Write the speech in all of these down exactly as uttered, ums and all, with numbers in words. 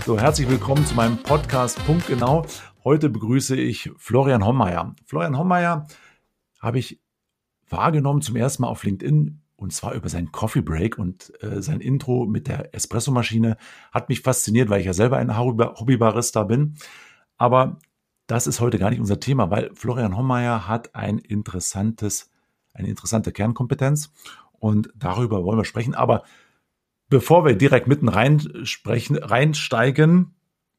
So, herzlich willkommen zu meinem Podcast Punktgenau. Heute begrüße ich Florian Hommeier. Florian Hommeier habe ich wahrgenommen zum ersten Mal auf LinkedIn und zwar über seinen Coffee Break und äh, sein Intro mit der Espressomaschine hat mich fasziniert, weil ich ja selber ein Hobbybarista bin. Aber das ist heute gar nicht unser Thema, weil Florian Hommeier hat ein interessantes, eine interessante Kernkompetenz und darüber wollen wir sprechen. Aber bevor wir direkt mitten rein sprechen, reinsteigen,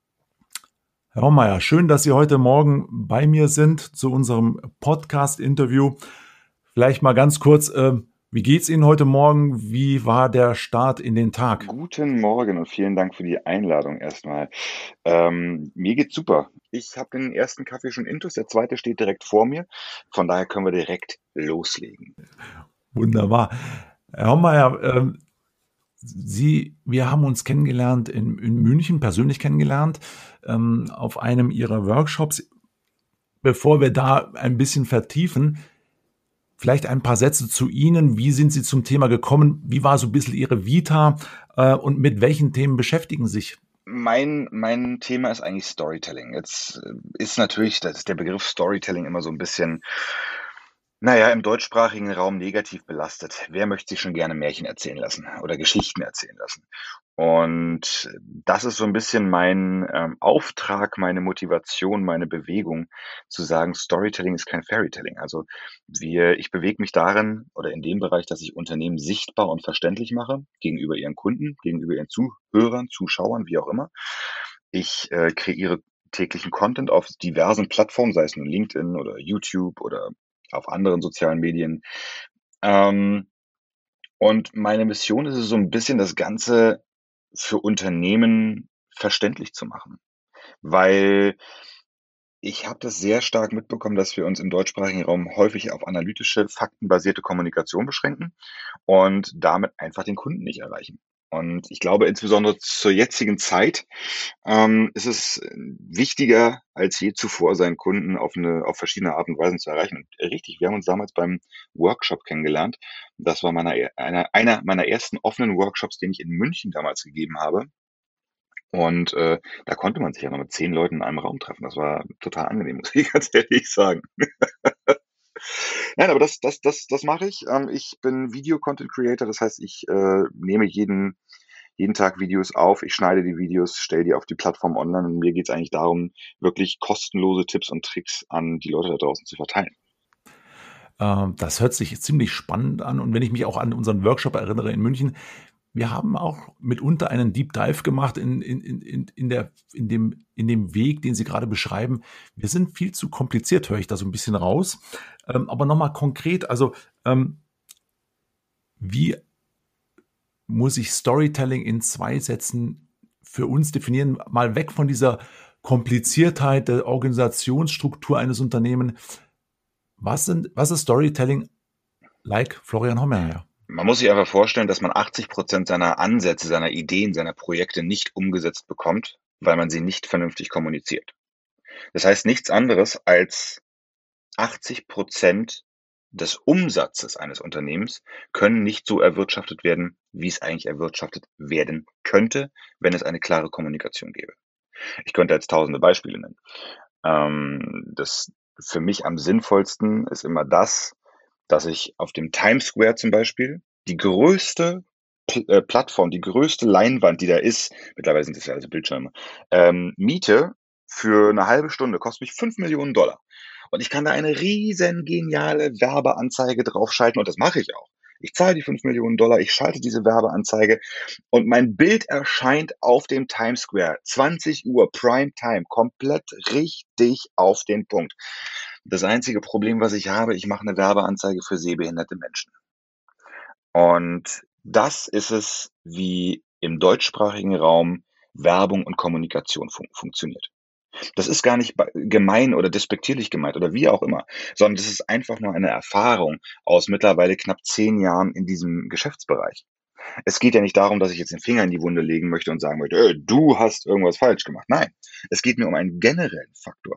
Herr Hommeier, schön, dass Sie heute Morgen bei mir sind zu unserem Podcast-Interview. Vielleicht mal ganz kurz, äh, wie geht's Ihnen heute Morgen? Wie war der Start in den Tag? Guten Morgen und vielen Dank für die Einladung erstmal. Ähm, mir geht's super. Ich habe den ersten Kaffee schon intus, der zweite steht direkt vor mir. Von daher können wir direkt loslegen. Wunderbar. Herr Hommeier, ähm, Sie, wir haben uns kennengelernt in, in München, persönlich kennengelernt, ähm, auf einem Ihrer Workshops. Bevor wir da ein bisschen vertiefen, vielleicht ein paar Sätze zu Ihnen. Wie sind Sie zum Thema gekommen? Wie war so ein bisschen Ihre Vita äh, und mit welchen Themen beschäftigen Sie sich? Mein, mein Thema ist eigentlich Storytelling. Jetzt äh, ist natürlich, das ist der Begriff Storytelling immer so ein bisschen, naja, im deutschsprachigen Raum negativ belastet. Wer möchte sich schon gerne Märchen erzählen lassen oder Geschichten erzählen lassen? Und das ist so ein bisschen mein ähm, Auftrag, meine Motivation, meine Bewegung, zu sagen, Storytelling ist kein Fairytelling. Also wir, ich bewege mich darin oder in dem Bereich, dass ich Unternehmen sichtbar und verständlich mache gegenüber ihren Kunden, gegenüber ihren Zuhörern, Zuschauern, wie auch immer. Ich äh, kreiere täglichen Content auf diversen Plattformen, sei es nun LinkedIn oder YouTube oder auf anderen sozialen Medien. Ähm, und meine Mission ist es so ein bisschen, das Ganze für Unternehmen verständlich zu machen, weil ich habe das sehr stark mitbekommen, dass wir uns im deutschsprachigen Raum häufig auf analytische, faktenbasierte Kommunikation beschränken und damit einfach den Kunden nicht erreichen. Und ich glaube, insbesondere zur jetzigen Zeit ähm, ist es wichtiger als je zuvor, seinen Kunden auf eine, auf verschiedene Art und Weisen zu erreichen. Und richtig, wir haben uns damals beim Workshop kennengelernt. Das war meiner, einer, einer meiner ersten offenen Workshops, den ich in München damals gegeben habe. Und äh, da konnte man sich ja noch mit zehn Leuten in einem Raum treffen. Das war total angenehm, muss ich ganz ehrlich sagen. Nein, aber das, das, das, das mache ich. Ähm, ich bin Video-Content-Creator, das heißt, ich äh, nehme jeden, jeden Tag Videos auf, ich schneide die Videos, stelle die auf die Plattform online und mir geht es eigentlich darum, wirklich kostenlose Tipps und Tricks an die Leute da draußen zu verteilen. Ähm, das hört sich ziemlich spannend an. Und wenn ich mich auch an unseren Workshop erinnere in München, wir haben auch mitunter einen Deep Dive gemacht in, in, in, in, der, in, dem, in dem Weg, den Sie gerade beschreiben. Wir sind viel zu kompliziert, höre ich da so ein bisschen raus. Ähm, aber nochmal konkret, also ähm, wie muss ich Storytelling in zwei Sätzen für uns definieren? Mal weg von dieser Kompliziertheit der Organisationsstruktur eines Unternehmens. Was, sind, was ist Storytelling like Florian Hommeier? Man muss sich einfach vorstellen, dass man achtzig Prozent seiner Ansätze, seiner Ideen, seiner Projekte nicht umgesetzt bekommt, weil man sie nicht vernünftig kommuniziert. Das heißt nichts anderes als achtzig Prozent des Umsatzes eines Unternehmens können nicht so erwirtschaftet werden, wie es eigentlich erwirtschaftet werden könnte, wenn es eine klare Kommunikation gäbe. Ich könnte jetzt tausende Beispiele nennen. Ähm, das für mich am sinnvollsten ist immer das, dass ich auf dem Times Square zum Beispiel die größte Pl äh, Plattform, die größte Leinwand, die da ist, mittlerweile sind das ja also Bildschirme, ähm, miete für eine halbe Stunde, kostet mich fünf Millionen Dollar. Und ich kann da eine riesen geniale Werbeanzeige draufschalten und das mache ich auch. Ich zahle die fünf Millionen Dollar, ich schalte diese Werbeanzeige und mein Bild erscheint auf dem Times Square. zwanzig Uhr Prime Time, komplett richtig auf den Punkt. Das einzige Problem, was ich habe, ich mache eine Werbeanzeige für sehbehinderte Menschen. Und das ist es, wie im deutschsprachigen Raum Werbung und Kommunikation fun funktioniert. Das ist gar nicht ba- gemein oder despektierlich gemeint oder wie auch immer, sondern das ist einfach nur eine Erfahrung aus mittlerweile knapp zehn Jahren in diesem Geschäftsbereich. Es geht ja nicht darum, dass ich jetzt den Finger in die Wunde legen möchte und sagen möchte, äh, du hast irgendwas falsch gemacht. Nein, es geht mir um einen generellen Faktor.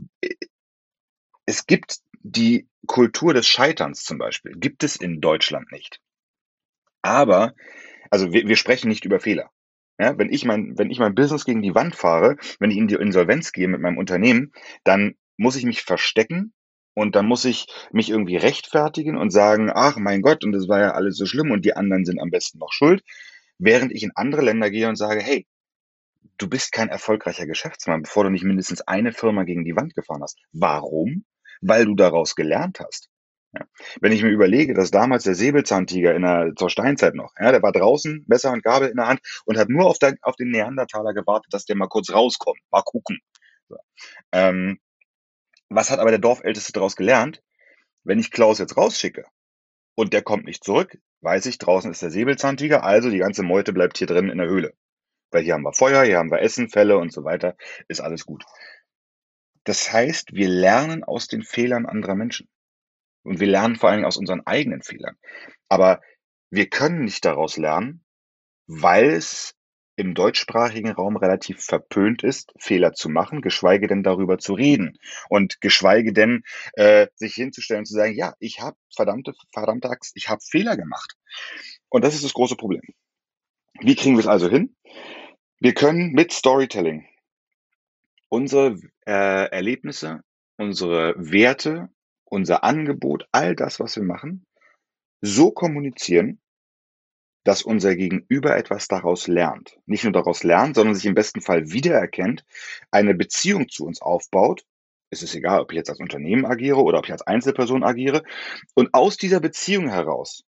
Es gibt die Kultur des Scheiterns zum Beispiel, gibt es in Deutschland nicht. Aber, also wir, wir sprechen nicht über Fehler. Ja, wenn ich mein, wenn ich mein Business gegen die Wand fahre, wenn ich in die Insolvenz gehe mit meinem Unternehmen, dann muss ich mich verstecken und dann muss ich mich irgendwie rechtfertigen und sagen, ach mein Gott, und das war ja alles so schlimm und die anderen sind am besten noch schuld, während ich in andere Länder gehe und sage, hey, du bist kein erfolgreicher Geschäftsmann, bevor du nicht mindestens eine Firma gegen die Wand gefahren hast. Warum? Weil du daraus gelernt hast. Ja. Wenn ich mir überlege, dass damals der Säbelzahntiger in der, zur Steinzeit noch, ja, der war draußen, Messer und Gabel in der Hand und hat nur auf, der, auf den Neandertaler gewartet, dass der mal kurz rauskommt, mal gucken. So. Ähm, was hat aber der Dorfälteste daraus gelernt? Wenn ich Klaus jetzt rausschicke und der kommt nicht zurück, weiß ich, draußen ist der Säbelzahntiger, also die ganze Meute bleibt hier drin in der Höhle. Weil hier haben wir Feuer, hier haben wir Essen, Fälle und so weiter, ist alles gut. Das heißt, wir lernen aus den Fehlern anderer Menschen. Und wir lernen vor allen Dingen aus unseren eigenen Fehlern. Aber wir können nicht daraus lernen, weil es im deutschsprachigen Raum relativ verpönt ist, Fehler zu machen, geschweige denn darüber zu reden und geschweige denn äh, sich hinzustellen und zu sagen, ja, ich habe verdammte, verdammte Axt, ich habe Fehler gemacht. Und das ist das große Problem. Wie kriegen wir es also hin? Wir können mit Storytelling unsere äh, Erlebnisse, unsere Werte, unser Angebot, all das, was wir machen, so kommunizieren, dass unser Gegenüber etwas daraus lernt. Nicht nur daraus lernt, sondern sich im besten Fall wiedererkennt, eine Beziehung zu uns aufbaut. Es ist egal, ob ich jetzt als Unternehmen agiere oder ob ich als Einzelperson agiere. Und aus dieser Beziehung heraus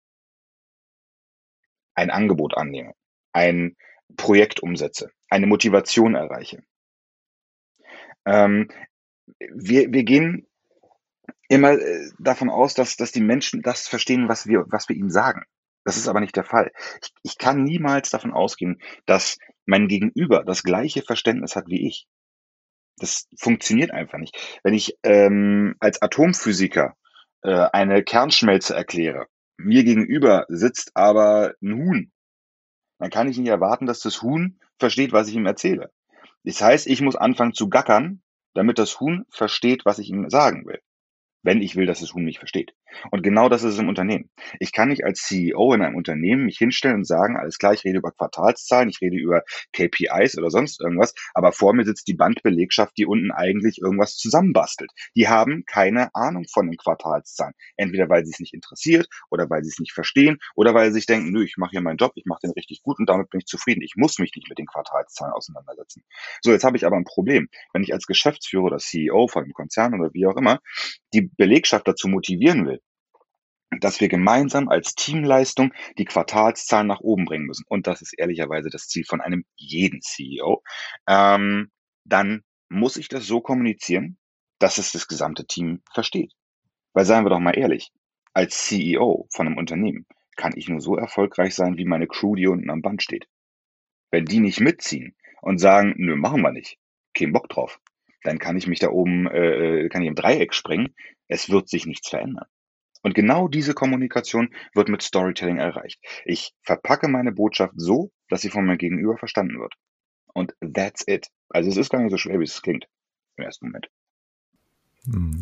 ein Angebot annehme, ein Projekt umsetze, eine Motivation erreiche. Ähm, wir, wir gehen immer äh, davon aus, dass, dass die Menschen das verstehen, was wir, was wir ihnen sagen. Das ist aber nicht der Fall. Ich, ich kann niemals davon ausgehen, dass mein Gegenüber das gleiche Verständnis hat wie ich. Das funktioniert einfach nicht. Wenn ich ähm, als Atomphysiker äh, eine Kernschmelze erkläre, mir gegenüber sitzt aber ein Huhn, dann kann ich nicht erwarten, dass das Huhn versteht, was ich ihm erzähle. Das heißt, ich muss anfangen zu gackern, damit das Huhn versteht, was ich ihm sagen will. Wenn ich will, dass das Huhn mich versteht. Und genau das ist es im Unternehmen. Ich kann nicht als C E O in einem Unternehmen mich hinstellen und sagen, alles klar, ich rede über Quartalszahlen, ich rede über K P Is oder sonst irgendwas, aber vor mir sitzt die Bandbelegschaft, die unten eigentlich irgendwas zusammenbastelt. Die haben keine Ahnung von den Quartalszahlen. Entweder weil sie es nicht interessiert oder weil sie es nicht verstehen oder weil sie sich denken, nö, ich mache hier meinen Job, ich mache den richtig gut und damit bin ich zufrieden. Ich muss mich nicht mit den Quartalszahlen auseinandersetzen. So, jetzt habe ich aber ein Problem. Wenn ich als Geschäftsführer oder C E O von einem Konzern oder wie auch immer die Belegschaft dazu motivieren will, dass wir gemeinsam als Teamleistung die Quartalszahlen nach oben bringen müssen, und das ist ehrlicherweise das Ziel von einem jeden C E O, ähm, dann muss ich das so kommunizieren, dass es das gesamte Team versteht. Weil seien wir doch mal ehrlich, als C E O von einem Unternehmen kann ich nur so erfolgreich sein, wie meine Crew, die unten am Band steht. Wenn die nicht mitziehen und sagen, nö, machen wir nicht, kein Bock drauf, dann kann ich mich da oben, äh, kann ich im Dreieck springen, es wird sich nichts verändern. Und genau diese Kommunikation wird mit Storytelling erreicht. Ich verpacke meine Botschaft so, dass sie von meinem Gegenüber verstanden wird. Und that's it. Also es ist gar nicht so schwer, wie es klingt im ersten Moment. Hm.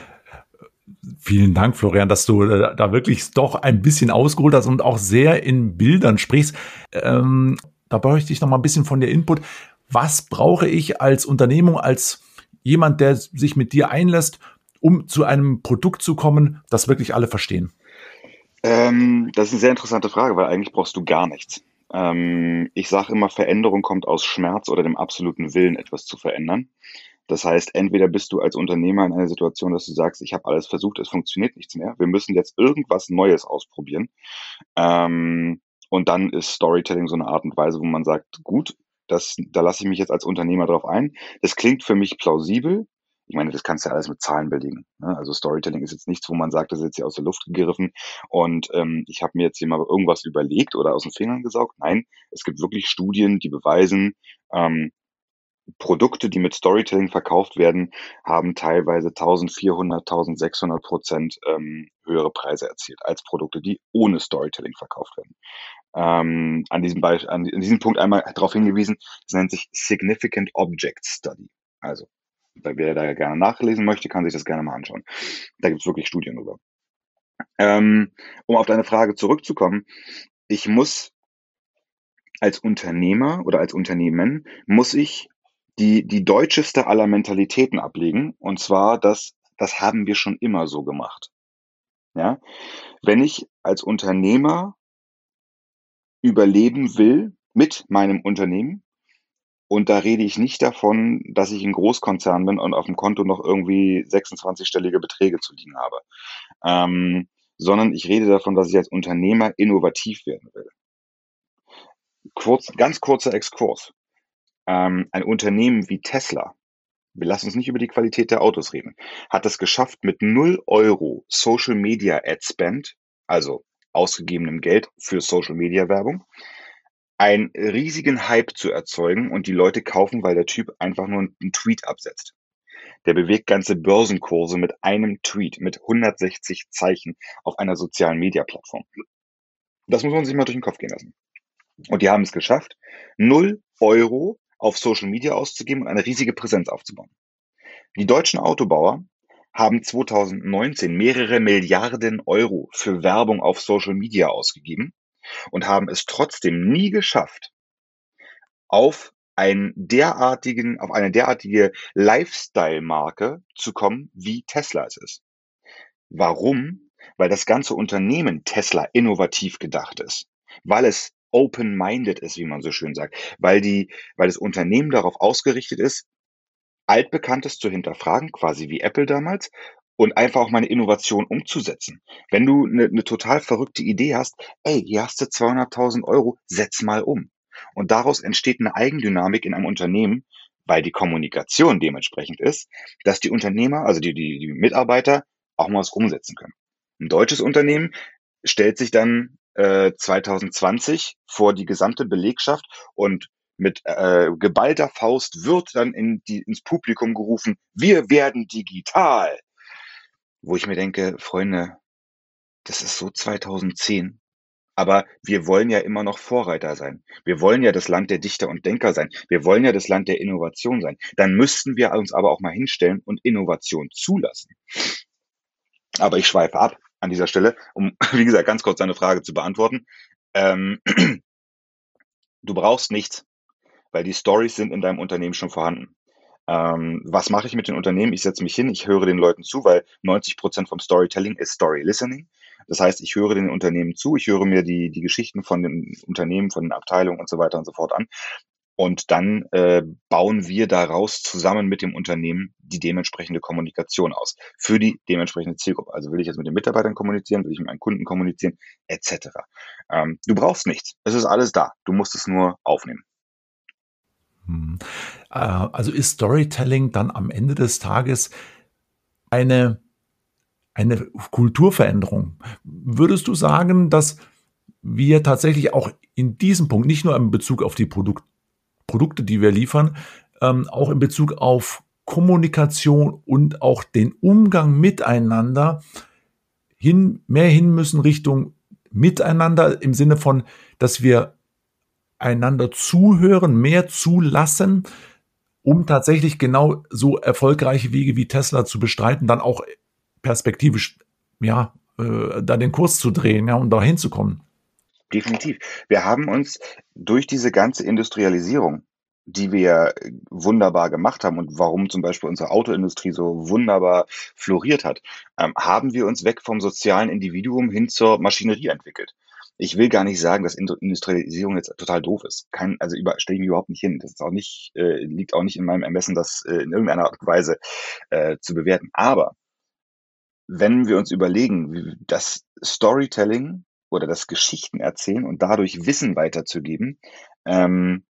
Vielen Dank, Florian, dass du äh, da wirklich doch ein bisschen ausgeholt hast und auch sehr in Bildern sprichst. Ähm, da bräuchte ich noch mal ein bisschen von dir Input. Was brauche ich als Unternehmung, als jemand, der sich mit dir einlässt, um zu einem Produkt zu kommen, das wirklich alle verstehen? Ähm, das ist eine sehr interessante Frage, weil eigentlich brauchst du gar nichts. Ähm, ich sage immer, Veränderung kommt aus Schmerz oder dem absoluten Willen, etwas zu verändern. Das heißt, entweder bist du als Unternehmer in einer Situation, dass du sagst, ich habe alles versucht, es funktioniert nichts mehr. Wir müssen jetzt irgendwas Neues ausprobieren. Ähm, und dann ist Storytelling so eine Art und Weise, wo man sagt, gut, das, da lasse ich mich jetzt als Unternehmer drauf ein. Das klingt für mich plausibel. Ich meine, das kannst du ja alles mit Zahlen belegen. Ne? Also Storytelling ist jetzt nichts, wo man sagt, das ist jetzt hier aus der Luft gegriffen und ähm, ich habe mir jetzt hier mal irgendwas überlegt oder aus den Fingern gesaugt. Nein, es gibt wirklich Studien, die beweisen, ähm, Produkte, die mit Storytelling verkauft werden, haben teilweise eintausendvierhundert, eintausendsechshundert Prozent ähm, höhere Preise erzielt als Produkte, die ohne Storytelling verkauft werden. Ähm, an diesem Beispiel, an, an diesem Punkt einmal darauf hingewiesen, das nennt sich Significant Object Study. Also, wer da gerne nachlesen möchte, kann sich das gerne mal anschauen. Da gibt es wirklich Studien drüber. Ähm, um auf deine Frage zurückzukommen, ich muss als Unternehmer oder als Unternehmen muss ich die, die deutscheste aller Mentalitäten ablegen. Und zwar, das, das haben wir schon immer so gemacht. Ja? Wenn ich als Unternehmer überleben will mit meinem Unternehmen, und da rede ich nicht davon, dass ich ein Großkonzern bin und auf dem Konto noch irgendwie sechsundzwanzig-stellige Beträge zu liegen habe, ähm, sondern ich rede davon, dass ich als Unternehmer innovativ werden will. Kurz, ganz kurzer Exkurs. Ähm, ein Unternehmen wie Tesla, wir lassen uns nicht über die Qualität der Autos reden, hat es geschafft, mit null Euro Social Media Ad Spend, also ausgegebenem Geld für Social Media Werbung, einen riesigen Hype zu erzeugen und die Leute kaufen, weil der Typ einfach nur einen Tweet absetzt. Der bewegt ganze Börsenkurse mit einem Tweet, mit hundertsechzig Zeichen auf einer sozialen Media Plattform. Das muss man sich mal durch den Kopf gehen lassen. Und die haben es geschafft, null Euro auf Social Media auszugeben und eine riesige Präsenz aufzubauen. Die deutschen Autobauer haben zweitausendneunzehn mehrere Milliarden Euro für Werbung auf Social Media ausgegeben und haben es trotzdem nie geschafft, auf einen derartigen, auf eine derartige Lifestyle-Marke zu kommen, wie Tesla es ist. Warum? Weil das ganze Unternehmen Tesla innovativ gedacht ist, weil es open-minded ist, wie man so schön sagt, weil die, weil das Unternehmen darauf ausgerichtet ist, Altbekanntes zu hinterfragen, quasi wie Apple damals, und einfach auch mal eine Innovation umzusetzen. Wenn du eine, eine total verrückte Idee hast, ey, hier hast du zweihunderttausend Euro, setz mal um. Und daraus entsteht eine Eigendynamik in einem Unternehmen, weil die Kommunikation dementsprechend ist, dass die Unternehmer, also die, die, die Mitarbeiter, auch mal was umsetzen können. Ein deutsches Unternehmen stellt sich dann äh, zwanzig zwanzig vor die gesamte Belegschaft und mit äh, geballter Faust wird dann in die, ins Publikum gerufen, wir werden digital. Wo ich mir denke, Freunde, das ist so zweitausendzehn. Aber wir wollen ja immer noch Vorreiter sein. Wir wollen ja das Land der Dichter und Denker sein. Wir wollen ja das Land der Innovation sein. Dann müssten wir uns aber auch mal hinstellen und Innovation zulassen. Aber ich schweife ab an dieser Stelle, um, wie gesagt, ganz kurz deine Frage zu beantworten. Ähm, du brauchst nichts, weil die Stories sind in deinem Unternehmen schon vorhanden. Ähm, was mache ich mit den Unternehmen? Ich setze mich hin, ich höre den Leuten zu, weil neunzig Prozent vom Storytelling ist Story Listening. Das heißt, ich höre den Unternehmen zu, ich höre mir die, die Geschichten von den Unternehmen, von den Abteilungen und so weiter und so fort an. Und dann äh, bauen wir daraus zusammen mit dem Unternehmen die dementsprechende Kommunikation aus für die dementsprechende Zielgruppe. Also will ich jetzt mit den Mitarbeitern kommunizieren, will ich mit meinen Kunden kommunizieren, et cetera. Ähm, du brauchst nichts. Es ist alles da. Du musst es nur aufnehmen. Hm. Äh, also ist Storytelling dann am Ende des Tages eine, eine Kulturveränderung? Würdest du sagen, dass wir tatsächlich auch in diesem Punkt, nicht nur in Bezug auf die Produkt, Produkte, die wir liefern, ähm, auch in Bezug auf Kommunikation und auch den Umgang miteinander hin, mehr hin müssen Richtung Miteinander im Sinne von, dass wir einander zuhören, mehr zulassen, um tatsächlich genau so erfolgreiche Wege wie Tesla zu bestreiten, dann auch perspektivisch, ja, äh, da den Kurs zu drehen, ja, und da hinzukommen. Definitiv. Wir haben uns durch diese ganze Industrialisierung, die wir wunderbar gemacht haben und warum zum Beispiel unsere Autoindustrie so wunderbar floriert hat, ähm, haben wir uns weg vom sozialen Individuum hin zur Maschinerie entwickelt. Ich will gar nicht sagen, dass Industrialisierung jetzt total doof ist. Kein, also über, stelle ich mich überhaupt nicht hin. Das ist auch nicht, äh, liegt auch nicht in meinem Ermessen, das äh, in irgendeiner Art und Weise äh, zu bewerten. Aber wenn wir uns überlegen, wie das Storytelling oder das Geschichten erzählen und dadurch Wissen weiterzugeben, ähm,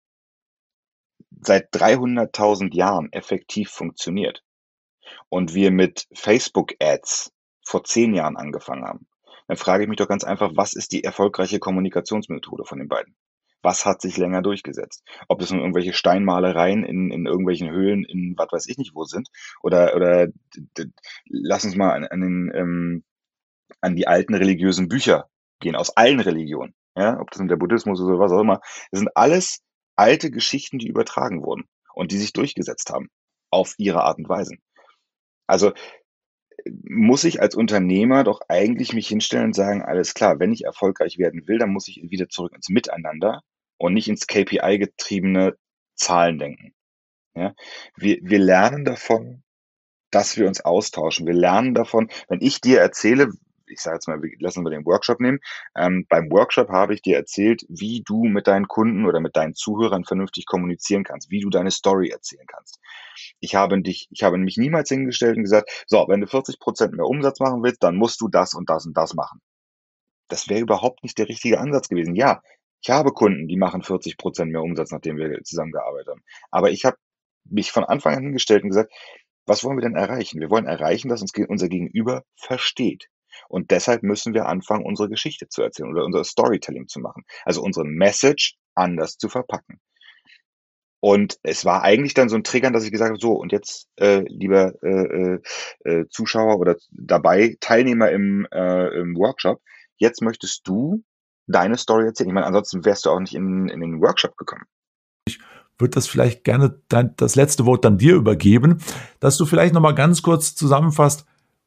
seit dreihunderttausend Jahren effektiv funktioniert und wir mit Facebook-Ads vor zehn Jahren angefangen haben, dann frage ich mich doch ganz einfach, was ist die erfolgreiche Kommunikationsmethode von den beiden? Was hat sich länger durchgesetzt? Ob es nun irgendwelche Steinmalereien in, in irgendwelchen Höhlen in was weiß ich nicht wo sind oder, oder lass uns mal an, an den ähm, an die alten religiösen Bücher gehen, aus allen Religionen, ja, ob das mit der Buddhismus oder was auch immer. Das sind alles alte Geschichten, die übertragen wurden und die sich durchgesetzt haben auf ihre Art und Weise. Also muss ich als Unternehmer doch eigentlich mich hinstellen und sagen, alles klar, wenn ich erfolgreich werden will, dann muss ich wieder zurück ins Miteinander und nicht ins K P I-getriebene Zahlendenken. Ja? Wir, wir lernen davon, dass wir uns austauschen. Wir lernen davon, wenn ich dir erzähle, ich sage jetzt mal, lassen wir den Workshop nehmen. Ähm, beim Workshop habe ich dir erzählt, wie du mit deinen Kunden oder mit deinen Zuhörern vernünftig kommunizieren kannst, wie du deine Story erzählen kannst. Ich habe dich, ich habe mich niemals hingestellt und gesagt, so, wenn du vierzig Prozent mehr Umsatz machen willst, dann musst du das und das und das machen. Das wäre überhaupt nicht der richtige Ansatz gewesen. Ja, ich habe Kunden, die machen vierzig Prozent mehr Umsatz, nachdem wir zusammengearbeitet haben. Aber ich habe mich von Anfang an hingestellt und gesagt, was wollen wir denn erreichen? Wir wollen erreichen, dass uns unser Gegenüber versteht. Und deshalb müssen wir anfangen, unsere Geschichte zu erzählen oder unser Storytelling zu machen. Also unsere Message anders zu verpacken. Und es war eigentlich dann so ein Triggern, dass ich gesagt habe, so, und jetzt, äh, lieber äh, äh, Zuschauer oder dabei, Teilnehmer im, äh, im Workshop, jetzt möchtest du deine Story erzählen. Ich meine, ansonsten wärst du auch nicht in, in den Workshop gekommen. Würde das vielleicht gerne dein, das letzte Wort dann dir übergeben, dass du vielleicht nochmal ganz kurz zusammenfasst,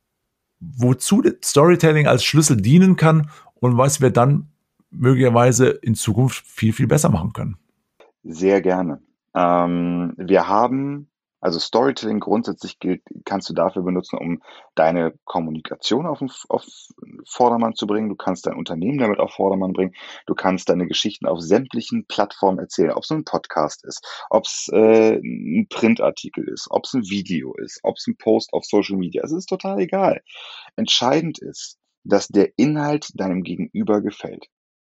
wozu Storytelling als Schlüssel dienen kann und was wir dann möglicherweise in Zukunft viel, viel besser machen können. Sehr gerne. Ähm, wir haben, also Storytelling grundsätzlich gilt, kannst du dafür benutzen, um deine Kommunikation auf, den, auf Vordermann zu bringen. Du kannst dein Unternehmen damit auf Vordermann bringen. Du kannst deine Geschichten auf sämtlichen Plattformen erzählen, ob es ein Podcast ist, ob es äh, ein Printartikel ist, ob es ein Video ist, ob es ein Post auf Social Media ist. Es ist total egal. Entscheidend ist, dass der Inhalt deinem Gegenüber gefällt.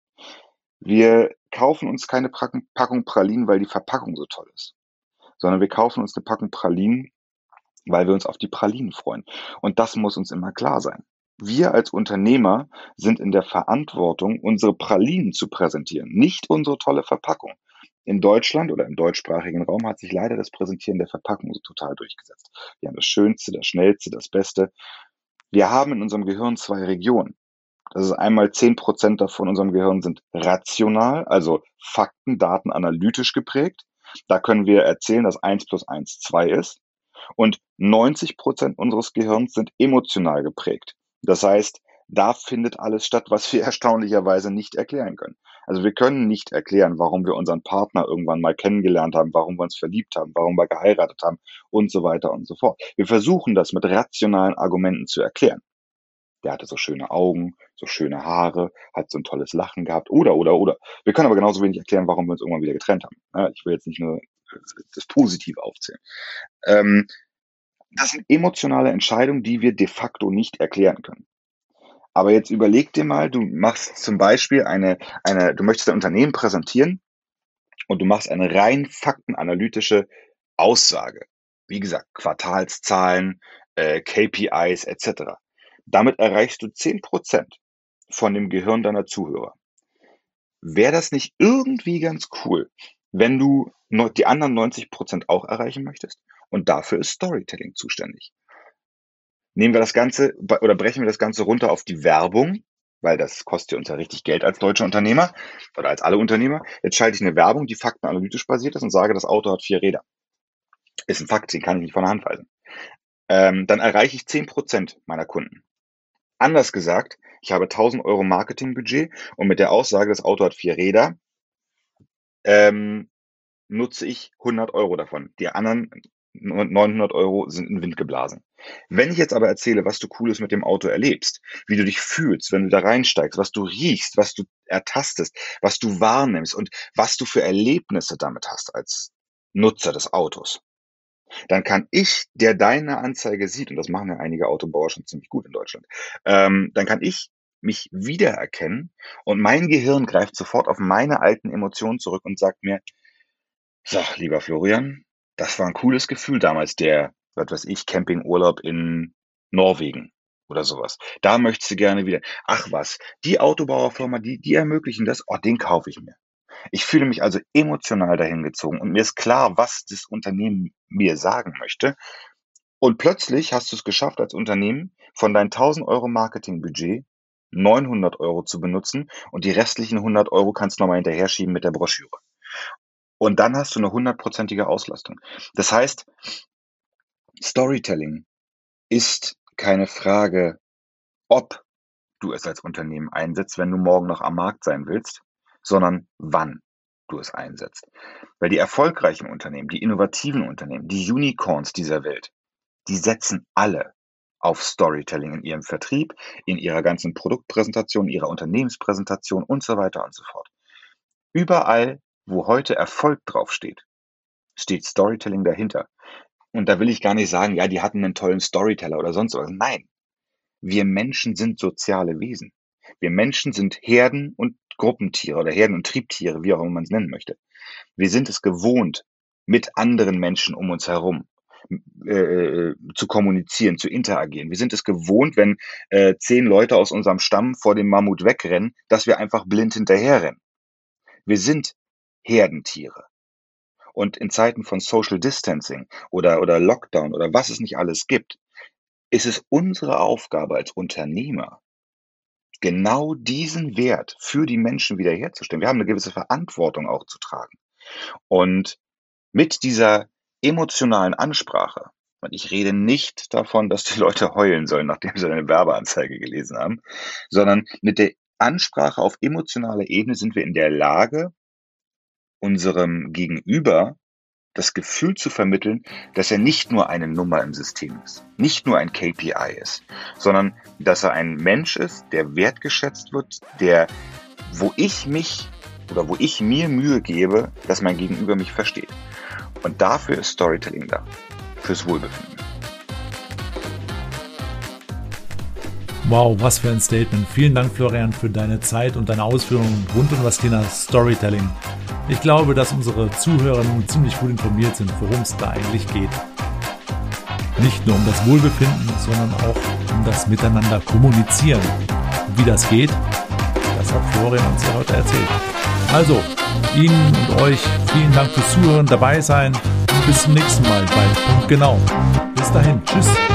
Wir kaufen uns keine Packung Pralinen, weil die Verpackung so toll ist, sondern wir kaufen uns eine Packung Pralinen, weil wir uns auf die Pralinen freuen. Und das muss uns immer klar sein. Wir als Unternehmer sind in der Verantwortung, unsere Pralinen zu präsentieren, nicht unsere tolle Verpackung. In Deutschland oder im deutschsprachigen Raum hat sich leider das Präsentieren der Verpackung so total durchgesetzt. Wir haben das Schönste, das Schnellste, das Beste. Wir haben in unserem Gehirn zwei Regionen. Das ist einmal zehn Prozent davon unserem Gehirn sind rational, also Fakten, Daten analytisch geprägt. Da können wir erzählen, dass eins plus eins zwei ist. Und neunzig Prozent unseres Gehirns sind emotional geprägt. Das heißt, da findet alles statt, was wir erstaunlicherweise nicht erklären können. Also wir können nicht erklären, warum wir unseren Partner irgendwann mal kennengelernt haben, warum wir uns verliebt haben, warum wir geheiratet haben und so weiter und so fort. Wir versuchen das mit rationalen Argumenten zu erklären. Der hatte so schöne Augen, so schöne Haare, hat so ein tolles Lachen gehabt oder, oder, oder. Wir können aber genauso wenig erklären, warum wir uns irgendwann wieder getrennt haben. Ich will jetzt nicht nur das Positive aufzählen. Ähm, das sind emotionale Entscheidungen, die wir de facto nicht erklären können. Aber jetzt überleg dir mal, du machst zum Beispiel eine, eine, du möchtest dein Unternehmen präsentieren und du machst eine rein faktenanalytische Aussage. Wie gesagt, Quartalszahlen, äh, K P Is et cetera. Damit erreichst du zehn Prozent von dem Gehirn deiner Zuhörer. Wäre das nicht irgendwie ganz cool, wenn du die anderen neunzig Prozent auch erreichen möchtest? Und dafür ist Storytelling zuständig. Nehmen wir das Ganze oder brechen wir das Ganze runter auf die Werbung, weil das kostet uns ja richtig Geld als deutscher Unternehmer oder als alle Unternehmer. Jetzt schalte ich eine Werbung, die faktenanalytisch basiert ist und sage, das Auto hat vier Räder. Ist ein Fakt, den kann ich nicht von der Hand weisen. Ähm, dann erreiche ich zehn Prozent meiner Kunden. Anders gesagt, ich habe tausend Euro Marketingbudget und mit der Aussage, das Auto hat vier Räder, ähm, nutze ich hundert Euro davon. Die anderen neunhundert Euro sind in den Wind geblasen. Wenn ich jetzt aber erzähle, was du Cooles mit dem Auto erlebst, wie du dich fühlst, wenn du da reinsteigst, was du riechst, was du ertastest, was du wahrnimmst und was du für Erlebnisse damit hast als Nutzer des Autos, dann kann ich, der deine Anzeige sieht, und das machen ja einige Autobauer schon ziemlich gut in Deutschland, ähm, dann kann ich mich wiedererkennen und mein Gehirn greift sofort auf meine alten Emotionen zurück und sagt mir, so, lieber Florian, das war ein cooles Gefühl damals, der, was weiß ich, Campingurlaub in Norwegen oder sowas. Da möchtest du gerne wieder. Ach was, die Autobauerfirma, die, die ermöglichen das, oh, den kaufe ich mir. Ich fühle mich also emotional dahin gezogen und mir ist klar, was das Unternehmen mir sagen möchte. Und plötzlich hast du es geschafft, als Unternehmen von deinem tausend Euro Marketingbudget neunhundert Euro zu benutzen und die restlichen hundert Euro kannst du nochmal hinterher schieben mit der Broschüre. Und dann hast du eine hundertprozentige Auslastung. Das heißt, Storytelling ist keine Frage, ob du es als Unternehmen einsetzt, wenn du morgen noch am Markt sein willst, sondern wann du es einsetzt. Weil die erfolgreichen Unternehmen, die innovativen Unternehmen, die Unicorns dieser Welt, die setzen alle auf Storytelling in ihrem Vertrieb, in ihrer ganzen Produktpräsentation, ihrer Unternehmenspräsentation und so weiter und so fort. Überall, wo heute Erfolg draufsteht, steht Storytelling dahinter. Und da will ich gar nicht sagen, ja, die hatten einen tollen Storyteller oder sonst was. Nein, wir Menschen sind soziale Wesen. Wir Menschen sind Herden- und Gruppentiere oder Herden- und Triebtiere, wie auch immer man es nennen möchte. Wir sind es gewohnt, mit anderen Menschen um uns herum äh, zu kommunizieren, zu interagieren. Wir sind es gewohnt, wenn äh, zehn Leute aus unserem Stamm vor dem Mammut wegrennen, dass wir einfach blind hinterherrennen. Wir sind Herdentiere. Und in Zeiten von Social Distancing oder, oder Lockdown oder was es nicht alles gibt, ist es unsere Aufgabe als Unternehmer, genau diesen Wert für die Menschen wiederherzustellen. Wir haben eine gewisse Verantwortung auch zu tragen. Und mit dieser emotionalen Ansprache, und ich rede nicht davon, dass die Leute heulen sollen, nachdem sie eine Werbeanzeige gelesen haben, sondern mit der Ansprache auf emotionaler Ebene sind wir in der Lage, unserem Gegenüber das Gefühl zu vermitteln, dass er nicht nur eine Nummer im System ist, nicht nur ein K P I ist, sondern dass er ein Mensch ist, der wertgeschätzt wird, der, wo ich mich oder wo ich mir Mühe gebe, dass mein Gegenüber mich versteht. Und dafür ist Storytelling da, fürs Wohlbefinden. Wow, was für ein Statement. Vielen Dank, Florian, für deine Zeit und deine Ausführungen rund um das Thema Storytelling. Ich glaube, dass unsere Zuhörer nun ziemlich gut informiert sind, worum es da eigentlich geht. Nicht nur um das Wohlbefinden, sondern auch um das Miteinander kommunizieren. Und wie das geht, das hat Florian uns ja heute erzählt. Also, Ihnen und euch vielen Dank fürs Zuhören, dabei sein und bis zum nächsten Mal bei Punkt Genau. Bis dahin, tschüss.